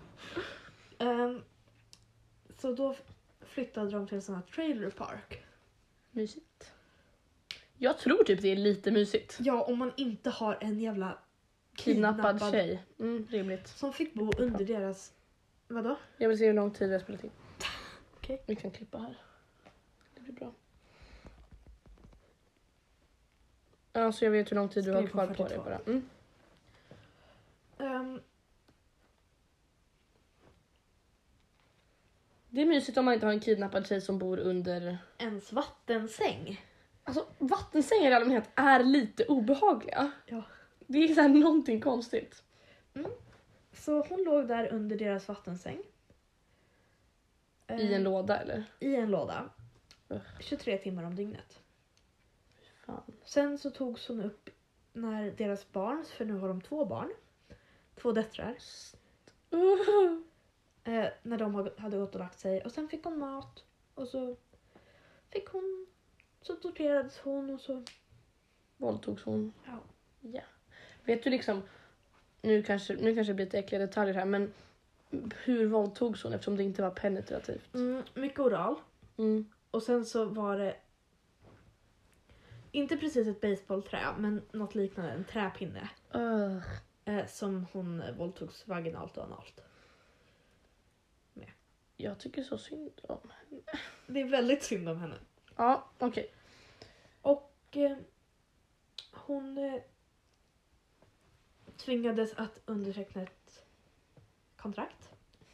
Så då flyttade de till en sån här trailer park. Mysigt. Jag tror typ det är lite mysigt. Ja, om man inte har en jävla Kidnappad tjej. Rimligt. som fick bo under deras... Vadå? Jag vill se hur lång tid vi har spelat in. Okej. Vi kan klippa här. Det blir bra. Ja, så jag vet hur lång tid du har Skriv på kvar på 42. dig bara. Det är mysigt om man inte har en kidnappad tjej som bor under... Ens vattensäng. Alltså vattensängar i allmänhet är lite obehagliga. Ja. Det är så här någonting konstigt. Så hon låg där under deras vattensäng. I en låda eller? I en låda. Ugh. 23 timmar om dygnet. Fan. Sen så togs hon upp när deras barn, för nu har de 2 barn. 2 döttrar. När de hade gått och lagt sig. Och sen fick hon mat. Och så fick hon... Så torterades hon och så... Våldtogs hon. Ja. Vet du liksom... Nu kanske det blir lite äckliga detaljer här, men hur våldtogs hon eftersom det inte var penetrativt? Mycket oral. Och sen så var det... Inte precis ett baseballträ, men något liknande. En träpinne. Som hon våldtogs vaginalt och analt. Jag tycker så synd om henne. Det är väldigt synd om henne. Ja, okej. Och hon tvingades att underteckna ett kontrakt.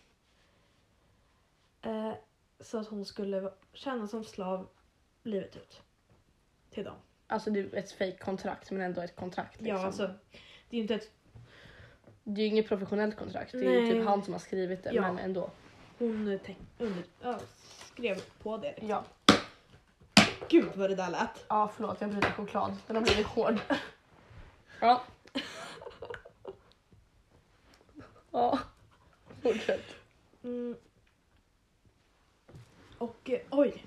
Så att hon skulle tjäna som slav livet ut. Till dem. Alltså det är ett fake-kontrakt men ändå ett kontrakt. Liksom. Ja, alltså det är ju inte ett... Det är ju inget professionellt kontrakt. Det är ju typ han som har skrivit det, men ändå. Hon skrev på det. Liksom. Ja. Gud vad det där lät. Ja, förlåt. Jag bryter choklad. Den har blivit hård. Ja. Ja. Fortsätt. Och oj.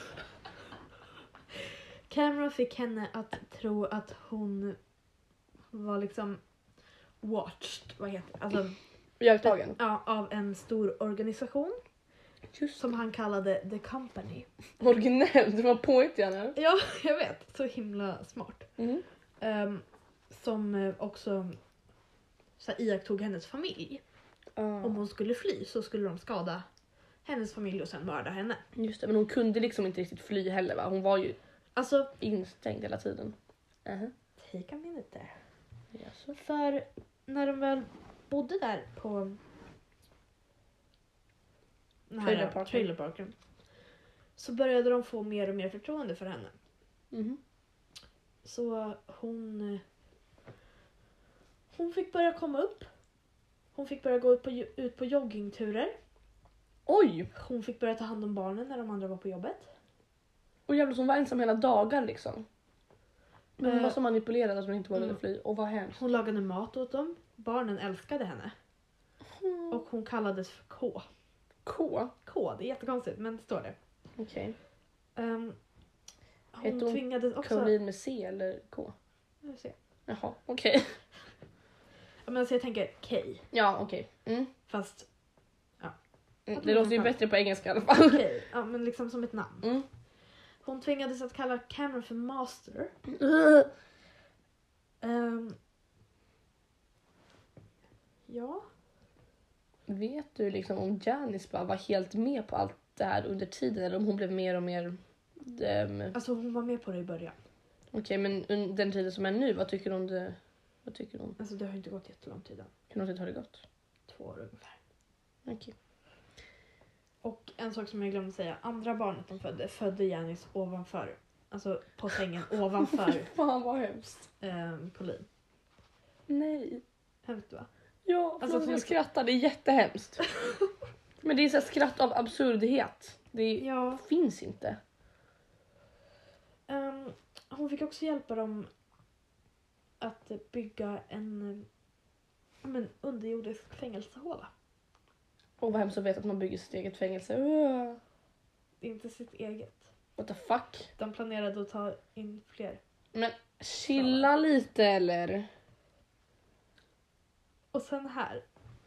Cameron fick henne att tro att hon var liksom watched, vad heter det? Alltså, Iakttagen. ja, av en stor organisation. Just som han kallade The Company. Originellt, det var påhittiga nu. Ja, jag vet. Så himla smart. Som också så här, iakttog hennes familj. Om hon skulle fly så skulle de skada hennes familj och sen mörda henne. Just det, men hon kunde liksom inte riktigt fly heller, va? Hon var ju alltså instängd hela tiden. Take a minute there. Yes. För när de väl bodde där på trailerparken. Så började de få mer och mer förtroende för henne. Mhm. Så hon fick börja komma upp. Hon fick börja gå ut på joggingturer. Oj! Hon fick börja ta hand om barnen när de andra var på jobbet. Och jävlar, hon var ensam hela dagar liksom. Men hon var Eh, så manipulerad att hon inte vågade fly. Och vad hemskt. Hon lagade mat åt dem. Barnen älskade henne. Och hon kallades för K. K? K, det är jättekonstigt men det står det. Okej. Hon Hette hon tvingades också... Caroline med C eller K? Jag vill se. Jaha, okej. Ja, men alltså jag tänker K. Ja, okej. Fast Det låter ju bättre på engelska i alla fall. Okej, ja men liksom som ett namn. Hon tvingades att kalla Cameron för Master. Ja. Vet du liksom om Janice bara var helt med på allt det här under tiden eller om hon blev mer och mer... Alltså hon var med på det i början. Okej, men den tiden som är nu, vad tycker hon? Vad tycker hon? Alltså det har inte gått jättelång tid än. Hur lång tid har det gått? 2 år ungefär. Okej. Och en sak som jag glömde säga. Andra barnet de födde Janice ovanför. Alltså på sängen ovanför Fan vad hemskt. Pauline. Nej. Hemskt va? Ja, Alltså, jag skrattar. Det är jättehemskt. Men det är så här skratt av absurdhet. Det finns inte. Hon fick också hjälpa dem att bygga en underjordisk fängelsehåla. Och vad hemskt att veta att man bygger sitt eget fängelse. Inte sitt eget. What the fuck? De planerade att ta in fler. Men chilla lite eller? Och sen här.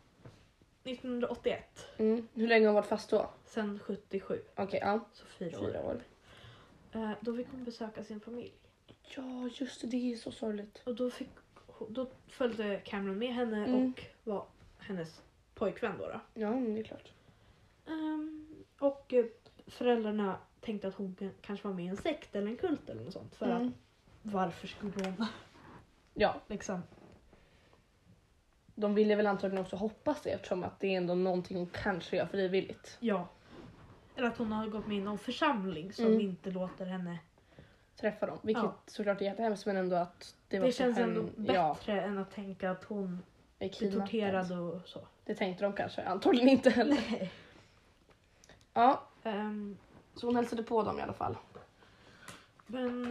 1981. Hur länge har hon varit fast då? Sen 77. Okej, ja. Så 4 4 år. Då fick hon besöka sin familj. Ja, just det. Det är så sorgligt. Och då följde Cameron med henne och var hennes pojkvän då. Ja, det är klart. Och föräldrarna tänkte att hon kanske var med i en sekt eller en kult eller något sånt. För att varför skulle hon... Ja, liksom... de ville väl antagligen också hoppas det eftersom att det är ändå någonting hon kanske gör frivilligt. Ja. Eller att hon har gått med i någon församling som inte låter henne träffa dem. Vilket såklart är jättehemskt men ändå att det var det så känns ändå bättre än att tänka att hon är torterad och så. Det tänkte de kanske antagligen inte heller. Nej. Ja. Så hon hälsade på dem i alla fall. Men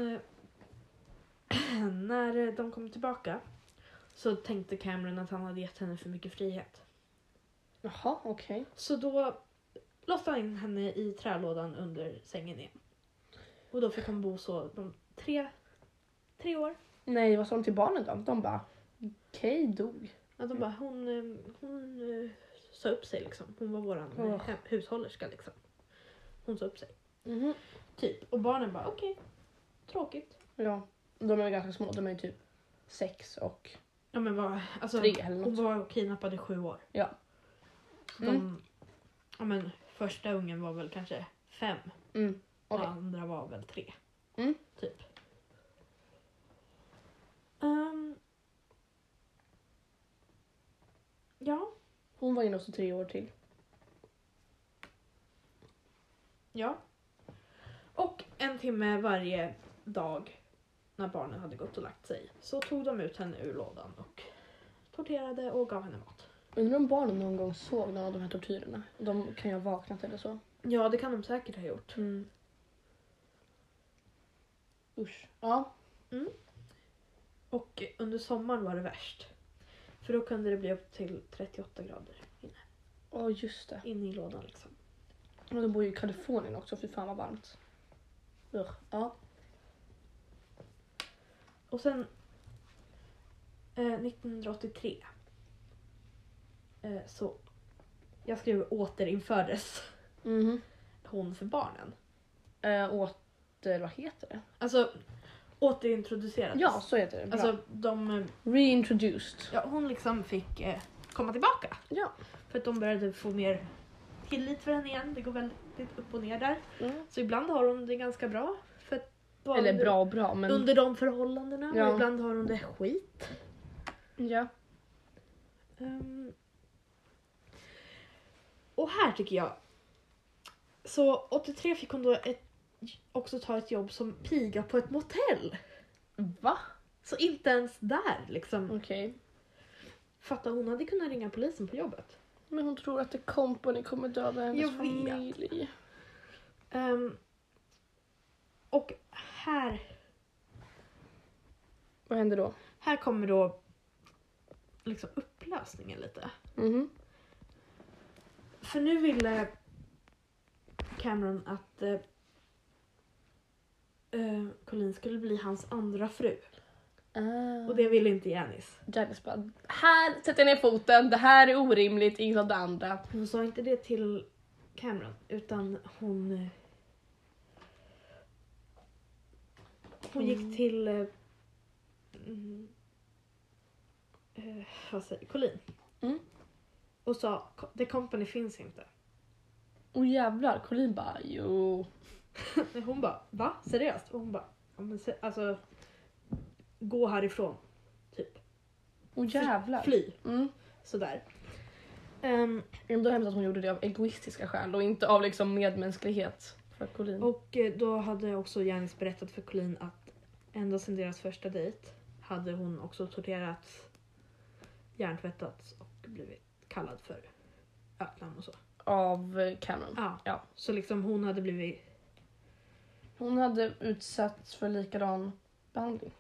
när de kom tillbaka så tänkte Cameron att han hade gett henne för mycket frihet. Jaha, okej. Så då låste han in henne i trälådan under sängen igen. Och då fick hon bo så de 3 år. Nej, vad sa de till barnen då? De bara, okej, dog. Ja, de bara, hon sa upp sig liksom. Hon var våran hushållerska liksom. Hon sa upp sig. Typ. Och barnen bara, okej. Tråkigt. Ja, de är ju ganska små. De är ju typ 6 och Ja men alltså, 3 eller något. hon var kidnappad i 7 år. Ja. Första ungen var väl kanske 5. Och andra var väl 3. Typ. Ja. Hon var inne också 3 år till. Ja. Och 1 timme varje dag när barnen hade gått och lagt sig så tog de ut henne ur lådan och torterade och gav henne mat. Undrar om barnen någon gång såg någon av de här tortyrerna. De kan ju ha vaknat eller så. Ja, det kan de säkert ha gjort. Usch. Ja. Och under sommaren var det värst. För då kunde det bli upp till 38 grader inne. Just det. Inne i lådan liksom. Och de bor ju i Kalifornien också, för fan vad varmt. Ja. Och sen 1983 så jag skrev återinfördes hon för barnen. Vad heter det? Alltså återintroducerades. Ja, så heter det. Bra. Alltså de... Reintroduced. Ja, hon liksom fick komma tillbaka. Ja. För att de började få mer tillit för henne igen. Det går väldigt upp och ner där. Så ibland har hon det ganska bra. För att eller bra, men... Under de förhållandena. Ja. Och ibland har hon det skit. Ja. Och här tycker jag Så 83 fick hon då också ta ett jobb som piga på ett motell. Va? Så inte ens där liksom. Okej. Fatta, hon hade kunnat ringa polisen på jobbet. Men hon tror att The Company kommer döda hennes Jag vet. familj. Och här Vad händer då? Här kommer då liksom upplösningen lite. Mhm. För nu ville Cameron att Colleen skulle bli hans andra fru. Och det ville inte Janice. Janice bara, här sätter jag ner foten, det här är orimligt, inget av det andra. Hon sa inte det till Cameron, utan hon gick till vad säger Colleen. Mm. Och sa, The Company finns inte. Och jävlar, Colleen bara, jo. Hon bara, va? Seriöst? Och hon bara, ja, men alltså gå härifrån. Typ. Och jävlar. Fly. Mm. Sådär. Ändå hemskt att hon gjorde det av egoistiska skäl och inte av liksom medmänsklighet för Colleen. Och då hade också Janice berättat för Colleen att ända sedan deras första dejt hade hon också torterats, hjärntvättats och blivit kallad för öknamn och så. Av Cameron. Ja. Så liksom hon hade blivit... Hon hade utsatts för likadan behandling.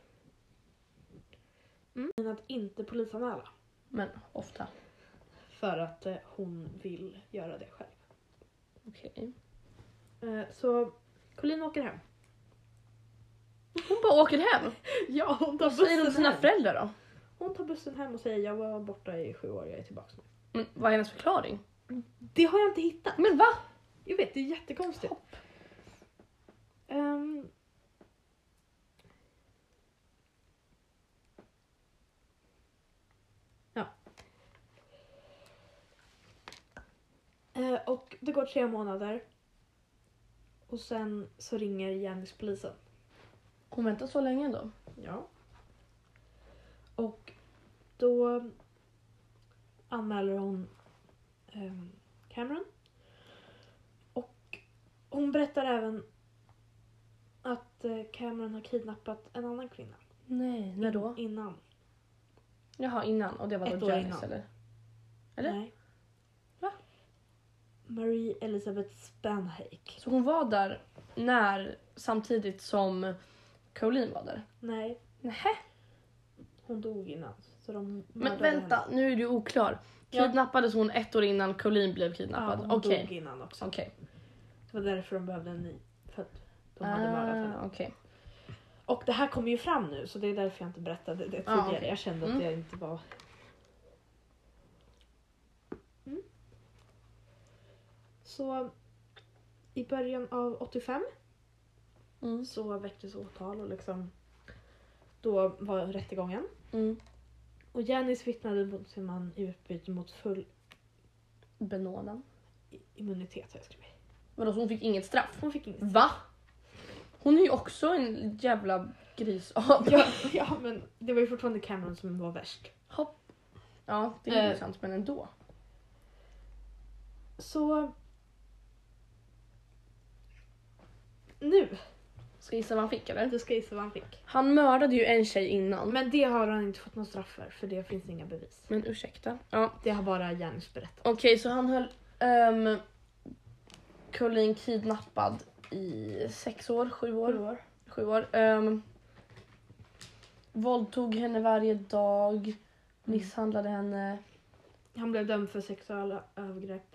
Men att inte polisanmäla. Men ofta. För att hon vill göra det själv. Okej. Så Colleen åker hem. Hon bara åker hem. Ja, hon tar Vad säger hon bussen till sina hem. föräldrar då? Hon tar bussen hem och säger jag var borta i 7 år, jag är tillbaka nu. Men vad är hennes förklaring? Det har jag inte hittat. Men va? Jag vet, det är jättekonstigt. Ja. Och det går 3 månader. Och sen så ringer gärningspolisen. Hon väntar så länge då? Ja. Och då anmäler hon Cameron. Och hon berättar även att Cameron har kidnappat en annan kvinna. Nej, när då? Innan. Jaha, innan. Och det var Ett då år Janice innan. eller? Nej. Va? Marie Elizabeth Spanhake. Så hon var där samtidigt som Colleen var där? Nej, Nähä. hon dog innan. Så de Men mördade vänta, henne. nu är du oklar. Ja. Kidnappades hon 1 år innan Colleen blev Ja, kidnappad? hon Okej. dog innan också. Okej. Det var därför de behövde en ny. För att de hade mördat henne. Okej. Och det här kommer ju fram nu, så det är därför jag inte berättade det tidigare. Ja, okej. Jag kände att det inte var... Så i början av 85 så väcktes åtal och liksom då var rättegången. Och Janice vittnade mot sin man i utbyte mot full Benådan. immunitet, har jag skrivit. Vadå, så hon fick inget straff? Hon fick inget. Va? Hon är ju också en jävla grisapa. Ja, men det var ju fortfarande Cameron som var värst. Hopp. Ja, det är ju sant, men ändå. Så nu, Ska jag gissa vad han fick eller? du ska gissa vad han fick. Han mördade ju en tjej innan. Men det har han inte fått någon straff för det finns inga bevis. Men ursäkta. Ja. Det har bara Janice berättat. Okej, så han höll Colleen kidnappad i 6 år, 7 år. 7 år. Våldtog henne varje dag. Misshandlade henne. Han blev dömd för sexuella övergrepp.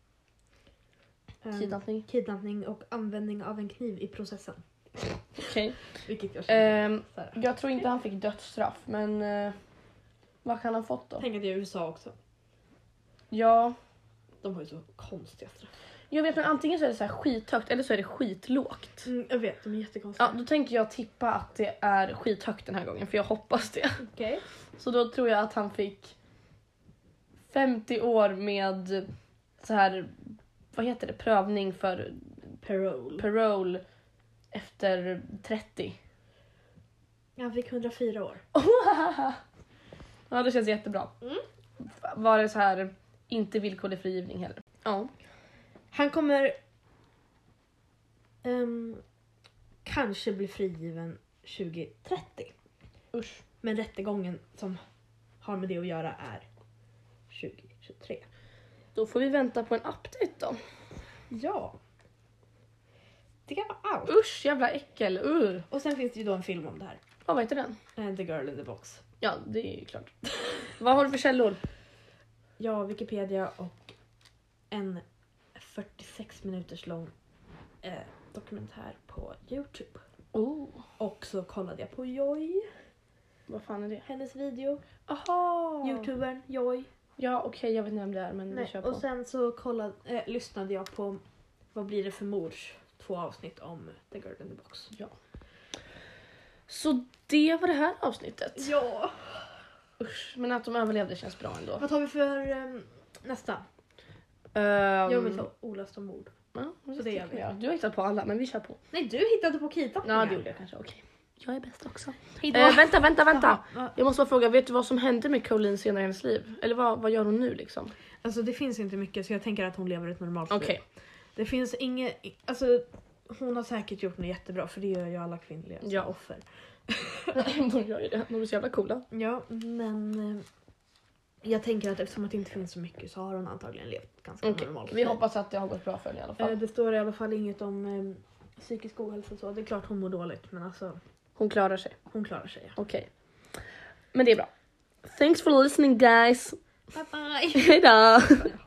Kidnappning och användning av en kniv i processen. Okej. Vilket jag känner. Jag tror inte han fick dödsstraff, men vad kan han fått då? Tänk att det är USA också. Ja, De har ju så konstiga straff. jag vet, men antingen så är det så här skithögt eller så är det skitlågt. Jag vet, de är jättekonstiga. Ja, då tänker jag tippa att det är skithögt den här gången, för jag hoppas det. Okej. Så då tror jag att han fick 50 år med så här, vad heter det, prövning för parole efter 30. Han fick 104 år. Ja, det känns jättebra. Var det så här inte villkorlig frigivning heller? Ja. Han kommer kanske blir frigiven 2030. Usch. Men rättegången som har med det att göra är 2023. Då får vi vänta på en update då. Ja. Det kan vara allt. Usch, jävla äckel. Och sen finns det ju då en film om det här. Vad heter den? The Girl in the Box. Ja, det är ju klart. Vad har du för källor? Ja, Wikipedia och en 46 minuters lång dokumentär på YouTube. Oh. Och så kollade jag på Joy. Vad fan är det? Hennes video. Aha. Youtubern Joy. Ja, okej, jag vet inte vem det är, men vi kör på. Och sen så lyssnade jag på Vad blir det för mords? 2 avsnitt om The Girl in the Box. Ja. Så det var det här avsnittet. Ja. Usch, men att de överlevde känns bra ändå. Vad tar vi för nästa? Jag vill ta olösta mord. Ja, Så det gör vi. Ja, du har hittat på alla, men vi kör på. Nej, du hittade på Kita. Ja, det gjorde jag kanske. Okej. Jag är bäst också. Hejdå. Vänta. Jaha. Jag måste bara fråga, vet du vad som hände med Colleen senare i hennes liv? Eller vad gör hon nu liksom? Alltså det finns inte mycket så jag tänker att hon lever ett normalt liv. Okej. Det finns inget, alltså hon har säkert gjort något jättebra för det gör ju alla kvinnliga Ja. offer. De gör ju det. De är så jävla coola. Ja, men jag tänker att eftersom att det inte finns så mycket så har hon antagligen levt ganska normalt. Vi hoppas att det har gått bra för henne i alla fall. Det står i alla fall inget om psykisk ohälsa och så. Det är klart hon mår dåligt men alltså Hon klarar sig. hon klarar sig. Ja. Okej. Men det är bra. Thanks for listening guys. Bye bye! Hejdå!